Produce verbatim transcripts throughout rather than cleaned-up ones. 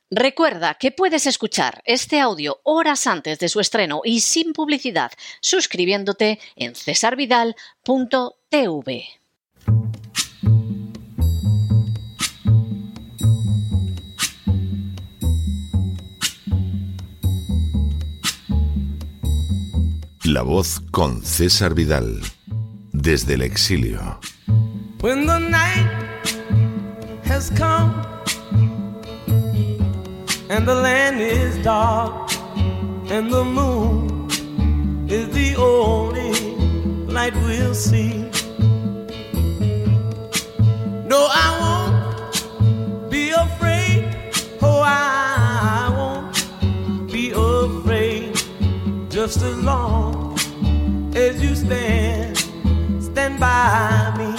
Recuerda que puedes escuchar este audio horas antes de su estreno y sin publicidad suscribiéndote en cesar vidal punto t v. La Voz con César Vidal, desde el exilio. When the night has come and the land is dark and the moon is the only light we'll see. No, I won't be afraid. Oh, I won't be afraid. Just as long as you stand, stand by me.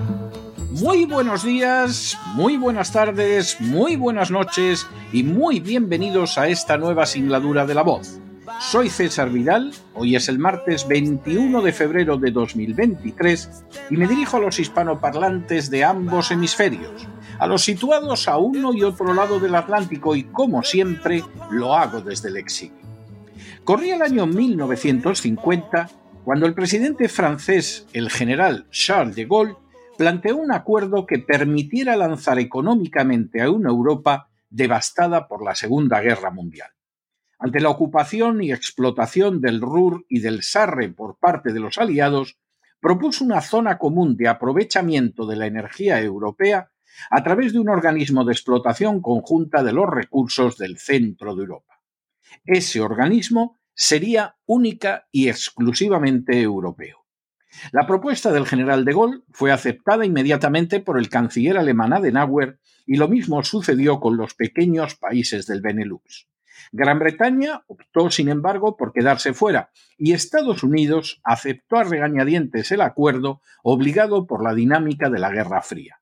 Muy buenos días, muy buenas tardes, muy buenas noches y muy bienvenidos a esta nueva singladura de La Voz. Soy César Vidal, hoy es el martes veintiuno de febrero de dos mil veintitrés y me dirijo a los hispanoparlantes de ambos hemisferios, a los situados a uno y otro lado del Atlántico y, como siempre, lo hago desde el exilio. Corría el año mil novecientos cincuenta cuando el presidente francés, el general Charles de Gaulle, planteó un acuerdo que permitiera lanzar económicamente a una Europa devastada por la Segunda Guerra Mundial. Ante la ocupación y explotación del Ruhr y del Sarre por parte de los aliados, propuso una zona común de aprovechamiento de la energía europea a través de un organismo de explotación conjunta de los recursos del centro de Europa. Ese organismo sería única y exclusivamente europeo. La propuesta del general de Gaulle fue aceptada inmediatamente por el canciller alemán Adenauer y lo mismo sucedió con los pequeños países del Benelux. Gran Bretaña optó, sin embargo, por quedarse fuera y Estados Unidos aceptó a regañadientes el acuerdo, obligado por la dinámica de la Guerra Fría.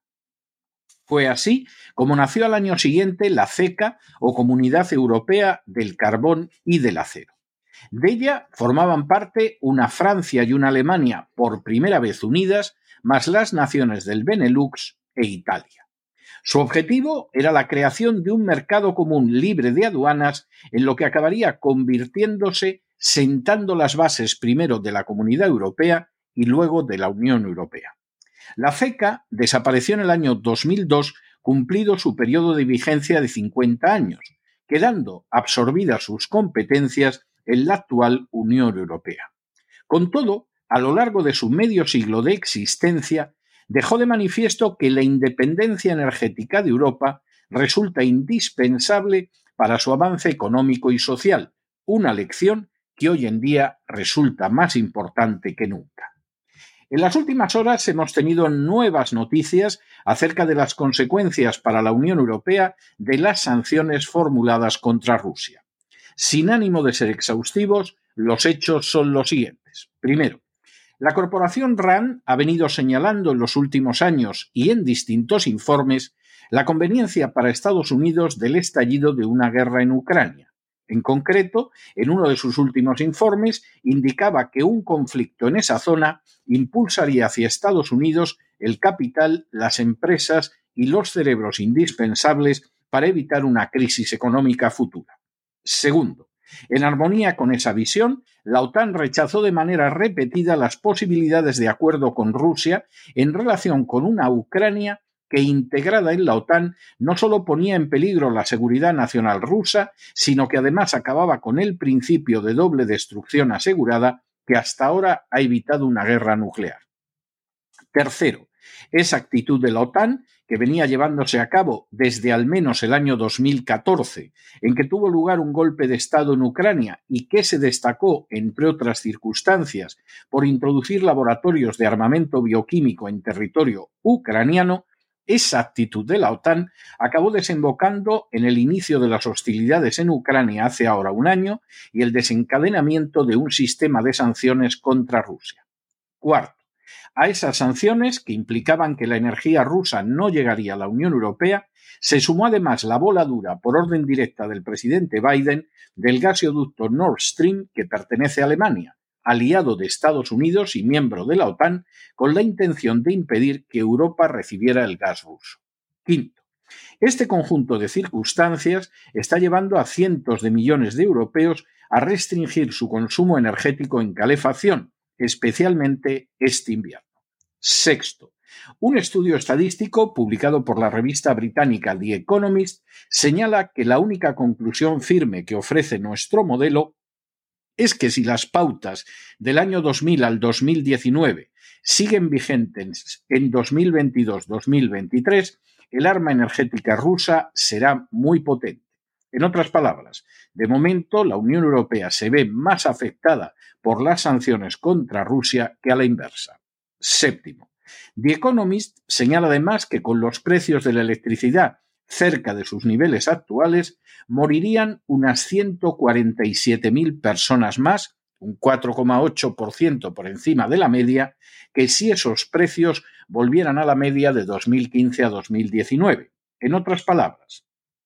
Fue así como nació al año siguiente la CECA, o Comunidad Europea del Carbón y del Acero. De ella formaban parte una Francia y una Alemania por primera vez unidas, más las naciones del Benelux e Italia. Su objetivo era la creación de un mercado común libre de aduanas, en lo que acabaría convirtiéndose, sentando las bases primero de la Comunidad Europea y luego de la Unión Europea. La CECA desapareció en el año dos mil dos, cumplido su periodo de vigencia de cincuenta años, quedando absorbidas sus competencias en la actual Unión Europea. Con todo, a lo largo de su medio siglo de existencia, dejó de manifiesto que la independencia energética de Europa resulta indispensable para su avance económico y social, una lección que hoy en día resulta más importante que nunca. En las últimas horas hemos tenido nuevas noticias acerca de las consecuencias para la Unión Europea de las sanciones formuladas contra Rusia. Sin ánimo de ser exhaustivos, los hechos son los siguientes. Primero, la corporación RAND ha venido señalando en los últimos años y en distintos informes la conveniencia para Estados Unidos del estallido de una guerra en Ucrania. En concreto, en uno de sus últimos informes indicaba que un conflicto en esa zona impulsaría hacia Estados Unidos el capital, las empresas y los cerebros indispensables para evitar una crisis económica futura. Segundo, en armonía con esa visión, la OTAN rechazó de manera repetida las posibilidades de acuerdo con Rusia en relación con una Ucrania que, integrada en la OTAN, no solo ponía en peligro la seguridad nacional rusa, sino que además acababa con el principio de doble destrucción asegurada que hasta ahora ha evitado una guerra nuclear. Tercero, esa actitud de la OTAN, que venía llevándose a cabo desde al menos el año dos mil catorce, en que tuvo lugar un golpe de Estado en Ucrania y que se destacó, entre otras circunstancias, por introducir laboratorios de armamento bioquímico en territorio ucraniano, esa actitud de la OTAN acabó desembocando en el inicio de las hostilidades en Ucrania hace ahora un año y el desencadenamiento de un sistema de sanciones contra Rusia. Cuarto, a esas sanciones, que implicaban que la energía rusa no llegaría a la Unión Europea, se sumó además la voladura por orden directa del presidente Biden del gasoducto Nord Stream, que pertenece a Alemania, aliado de Estados Unidos y miembro de la OTAN, con la intención de impedir que Europa recibiera el gas ruso. Quinto, Este conjunto de circunstancias está llevando a cientos de millones de europeos a restringir su consumo energético en calefacción, especialmente este invierno. Sexto, un estudio estadístico publicado por la revista británica The Economist señala que la única conclusión firme que ofrece nuestro modelo es que si las pautas del año dos mil al dos mil diecinueve siguen vigentes en dos mil veintidós dos mil veintitrés, el arma energética rusa será muy potente. En otras palabras, de momento la Unión Europea se ve más afectada por las sanciones contra Rusia que a la inversa. Séptimo, The Economist señala además que con los precios de la electricidad cerca de sus niveles actuales, morirían unas ciento cuarenta y siete mil personas más, un cuatro coma ocho por ciento por encima de la media, que si esos precios volvieran a la media de dos mil quince a dos mil diecinueve. En otras palabras,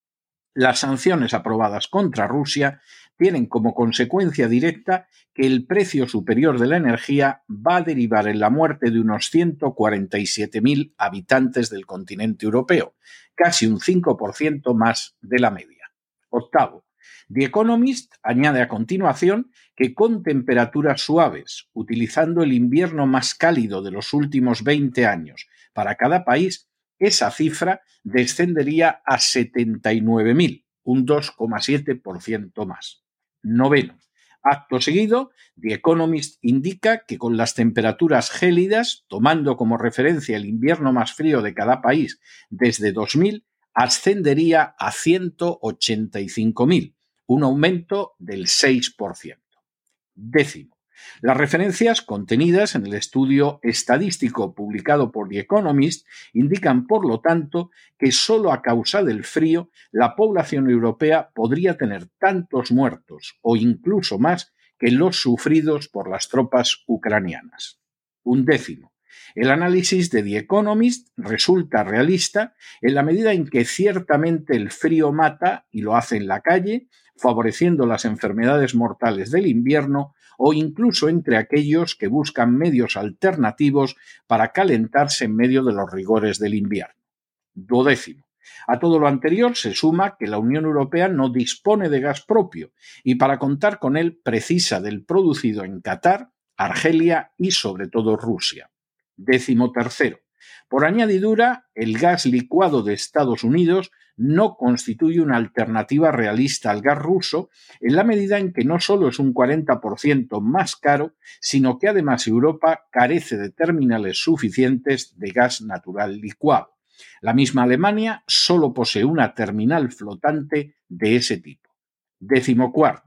las sanciones aprobadas contra Rusia tienen como consecuencia directa que el precio superior de la energía va a derivar en la muerte de unos ciento cuarenta y siete mil habitantes del continente europeo, casi un cinco por ciento más de la media. Octavo, The Economist añade a continuación que con temperaturas suaves, utilizando el invierno más cálido de los últimos veinte años para cada país, esa cifra descendería a setenta y nueve mil, un dos coma siete por ciento más. Noveno. Acto seguido, The Economist indica que con las temperaturas gélidas, tomando como referencia el invierno más frío de cada país desde dos mil, ascendería a ciento ochenta y cinco mil, un aumento del seis por ciento. Décimo. Las referencias contenidas en el estudio estadístico publicado por The Economist indican, por lo tanto, que solo a causa del frío la población europea podría tener tantos muertos o incluso más que los sufridos por las tropas ucranianas. Un décimo. El análisis de The Economist resulta realista en la medida en que ciertamente el frío mata y lo hace en la calle, favoreciendo las enfermedades mortales del invierno o incluso entre aquellos que buscan medios alternativos para calentarse en medio de los rigores del invierno. Duodécimo. A todo lo anterior se suma que la Unión Europea no dispone de gas propio y para contar con él precisa del producido en Qatar, Argelia y sobre todo Rusia. Décimo tercero. Por añadidura, el gas licuado de Estados Unidos no constituye una alternativa realista al gas ruso en la medida en que no solo es un cuarenta por ciento más caro, sino que además Europa carece de terminales suficientes de gas natural licuado. La misma Alemania solo posee una terminal flotante de ese tipo. Décimo cuarto.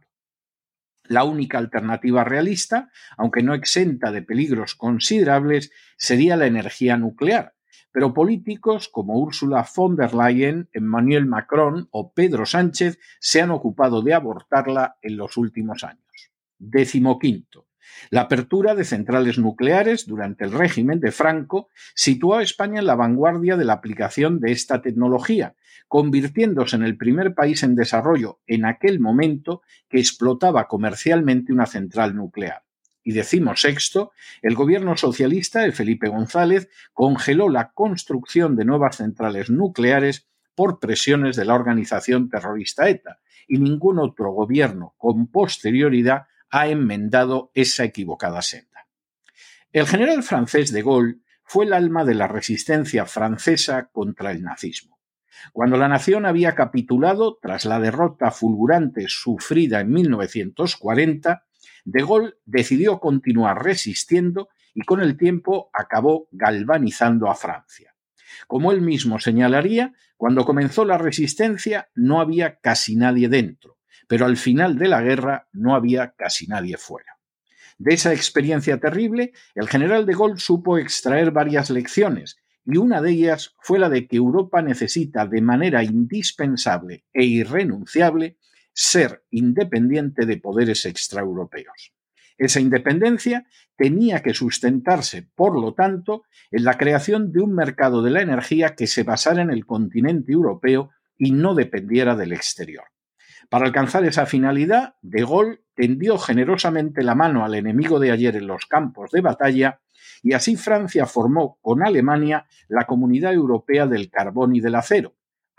La única alternativa realista, aunque no exenta de peligros considerables, sería la energía nuclear, pero políticos como Ursula von der Leyen, Emmanuel Macron o Pedro Sánchez se han ocupado de abortarla en los últimos años. Décimo quinto. La apertura de centrales nucleares durante el régimen de Franco situó a España en la vanguardia de la aplicación de esta tecnología, convirtiéndose en el primer país en desarrollo en aquel momento que explotaba comercialmente una central nuclear. Y decimosexto, el gobierno socialista de Felipe González congeló la construcción de nuevas centrales nucleares por presiones de la organización terrorista ETA, y ningún otro gobierno con posterioridad ha enmendado esa equivocada senda. El general francés de Gaulle fue el alma de la resistencia francesa contra el nazismo. Cuando la nación había capitulado tras la derrota fulgurante sufrida en mil novecientos cuarenta, de Gaulle decidió continuar resistiendo y con el tiempo acabó galvanizando a Francia. Como él mismo señalaría, cuando comenzó la resistencia no había casi nadie dentro, pero al final de la guerra no había casi nadie fuera. De esa experiencia terrible, el general de Gaulle supo extraer varias lecciones, y una de ellas fue la de que Europa necesita de manera indispensable e irrenunciable ser independiente de poderes extraeuropeos. Esa independencia tenía que sustentarse, por lo tanto, en la creación de un mercado de la energía que se basara en el continente europeo y no dependiera del exterior. Para alcanzar esa finalidad, de Gaulle tendió generosamente la mano al enemigo de ayer en los campos de batalla y así Francia formó con Alemania la Comunidad Europea del Carbón y del Acero,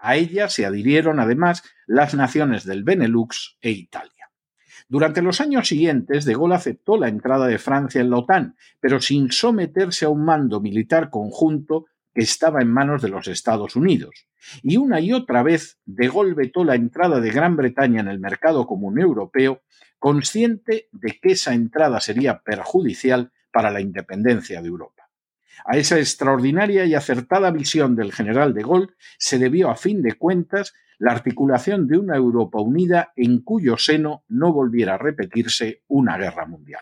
A ella se adhirieron además las naciones del Benelux e Italia. Durante los años siguientes, De Gaulle aceptó la entrada de Francia en la OTAN, pero sin someterse a un mando militar conjunto que estaba en manos de los Estados Unidos. Y una y otra vez, De Gaulle vetó la entrada de Gran Bretaña en el mercado común europeo, consciente de que esa entrada sería perjudicial para la independencia de Europa. A esa extraordinaria y acertada visión del general De Gaulle se debió, a fin de cuentas, la articulación de una Europa unida en cuyo seno no volviera a repetirse una guerra mundial.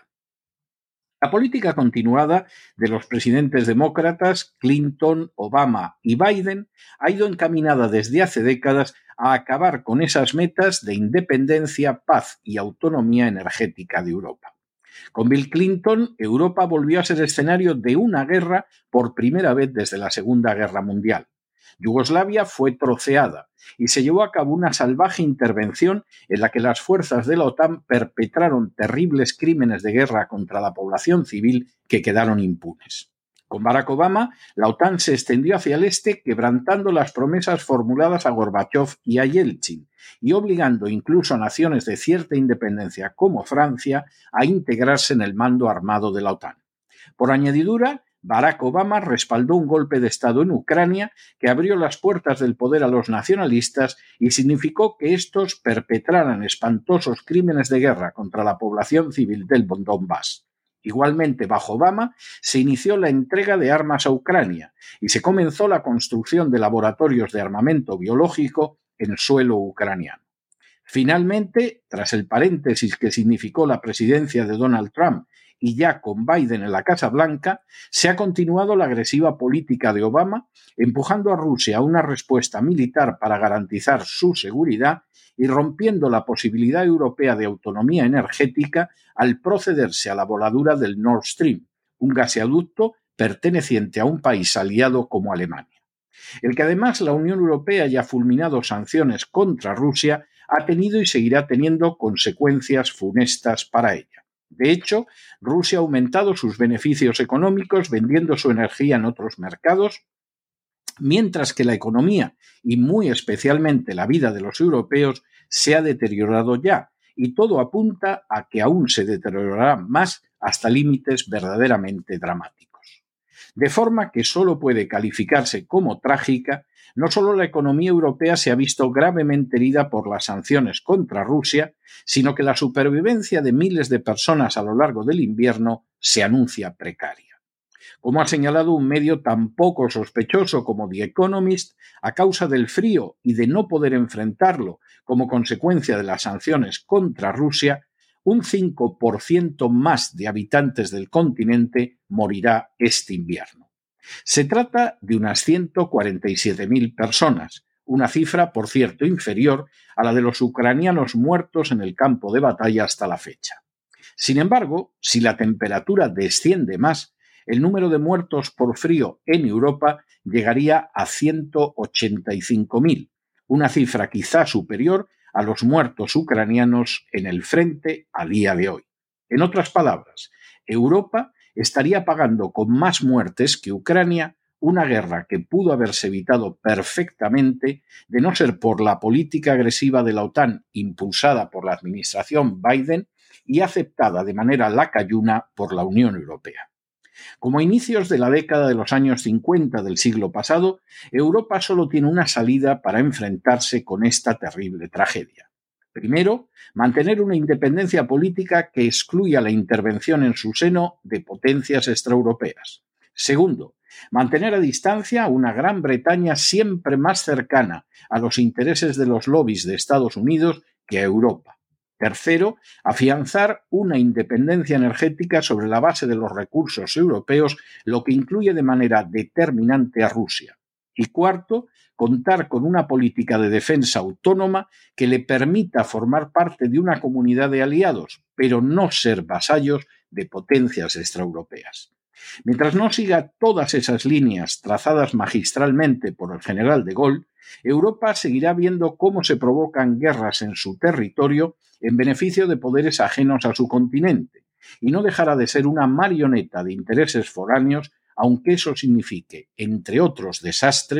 La política continuada de los presidentes demócratas Clinton, Obama y Biden ha ido encaminada desde hace décadas a acabar con esas metas de independencia, paz y autonomía energética de Europa. Con Bill Clinton, Europa volvió a ser escenario de una guerra por primera vez desde la Segunda Guerra Mundial. Yugoslavia fue troceada y se llevó a cabo una salvaje intervención en la que las fuerzas de la OTAN perpetraron terribles crímenes de guerra contra la población civil que quedaron impunes. Con Barack Obama, la OTAN se extendió hacia el este, quebrantando las promesas formuladas a Gorbachov y a Yeltsin y obligando incluso a naciones de cierta independencia como Francia a integrarse en el mando armado de la OTAN. Por añadidura, Barack Obama respaldó un golpe de Estado en Ucrania que abrió las puertas del poder a los nacionalistas y significó que estos perpetraran espantosos crímenes de guerra contra la población civil del Donbass. Igualmente, bajo Obama, se inició la entrega de armas a Ucrania y se comenzó la construcción de laboratorios de armamento biológico en suelo ucraniano. Finalmente, tras el paréntesis que significó la presidencia de Donald Trump y ya con Biden en la Casa Blanca, se ha continuado la agresiva política de Obama, empujando a Rusia a una respuesta militar para garantizar su seguridad y rompiendo la posibilidad europea de autonomía energética al procederse a la voladura del Nord Stream, un gaseoducto perteneciente a un país aliado como Alemania. El que además la Unión Europea haya fulminado sanciones contra Rusia ha tenido y seguirá teniendo consecuencias funestas para ella. De hecho, Rusia ha aumentado sus beneficios económicos vendiendo su energía en otros mercados, mientras que la economía y muy especialmente la vida de los europeos se ha deteriorado ya, y todo apunta a que aún se deteriorará más hasta límites verdaderamente dramáticos. De forma que solo puede calificarse como trágica. No solo la economía europea se ha visto gravemente herida por las sanciones contra Rusia, sino que la supervivencia de miles de personas a lo largo del invierno se anuncia precaria. Como ha señalado un medio tan poco sospechoso como The Economist, a causa del frío y de no poder enfrentarlo como consecuencia de las sanciones contra Rusia, un cinco por ciento más de habitantes del continente morirá este invierno. Se trata de unas ciento cuarenta y siete mil personas, una cifra, por cierto, inferior a la de los ucranianos muertos en el campo de batalla hasta la fecha. Sin embargo, si la temperatura desciende más, el número de muertos por frío en Europa llegaría a ciento ochenta y cinco mil, una cifra quizá superior a los muertos ucranianos en el frente a día de hoy. En otras palabras, Europa estaría pagando con más muertes que Ucrania una guerra que pudo haberse evitado perfectamente de no ser por la política agresiva de la OTAN impulsada por la administración Biden y aceptada de manera lacayuna por la Unión Europea. Como a inicios de la década de los años cincuenta del siglo pasado, Europa solo tiene una salida para enfrentarse con esta terrible tragedia. Primero, mantener una independencia política que excluya la intervención en su seno de potencias extraeuropeas. Segundo, mantener a distancia a una Gran Bretaña siempre más cercana a los intereses de los lobbies de Estados Unidos que a Europa. Tercero, afianzar una independencia energética sobre la base de los recursos europeos, lo que incluye de manera determinante a Rusia. Y cuarto, contar con una política de defensa autónoma que le permita formar parte de una comunidad de aliados, pero no ser vasallos de potencias extraeuropeas. Mientras no siga todas esas líneas trazadas magistralmente por el general de Gaulle, Europa seguirá viendo cómo se provocan guerras en su territorio en beneficio de poderes ajenos a su continente, y no dejará de ser una marioneta de intereses foráneos, aunque eso signifique, entre otros desastres,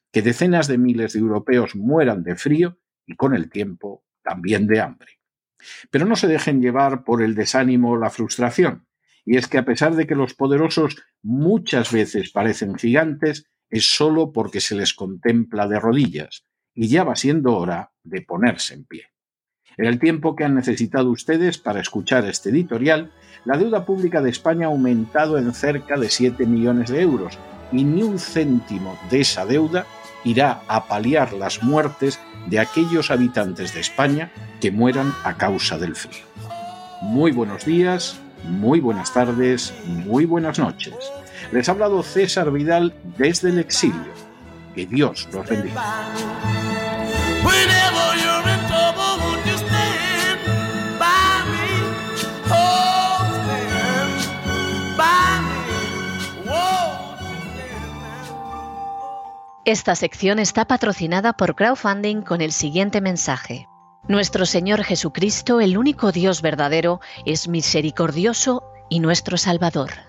que decenas de miles de europeos mueran de frío y con el tiempo también de hambre. Pero no se dejen llevar por el desánimo o la frustración, y es que a pesar de que los poderosos muchas veces parecen gigantes, es solo porque se les contempla de rodillas, y ya va siendo hora de ponerse en pie. En el tiempo que han necesitado ustedes para escuchar este editorial, la deuda pública de España ha aumentado en cerca de siete millones de euros, y ni un céntimo de esa deuda irá a paliar las muertes de aquellos habitantes de España que mueran a causa del frío. Muy buenos días, muy buenas tardes, muy buenas noches. Les ha hablado César Vidal desde el exilio. Que Dios los bendiga. Esta sección está patrocinada por crowdfunding con el siguiente mensaje. Nuestro Señor Jesucristo, el único Dios verdadero, es misericordioso y nuestro Salvador.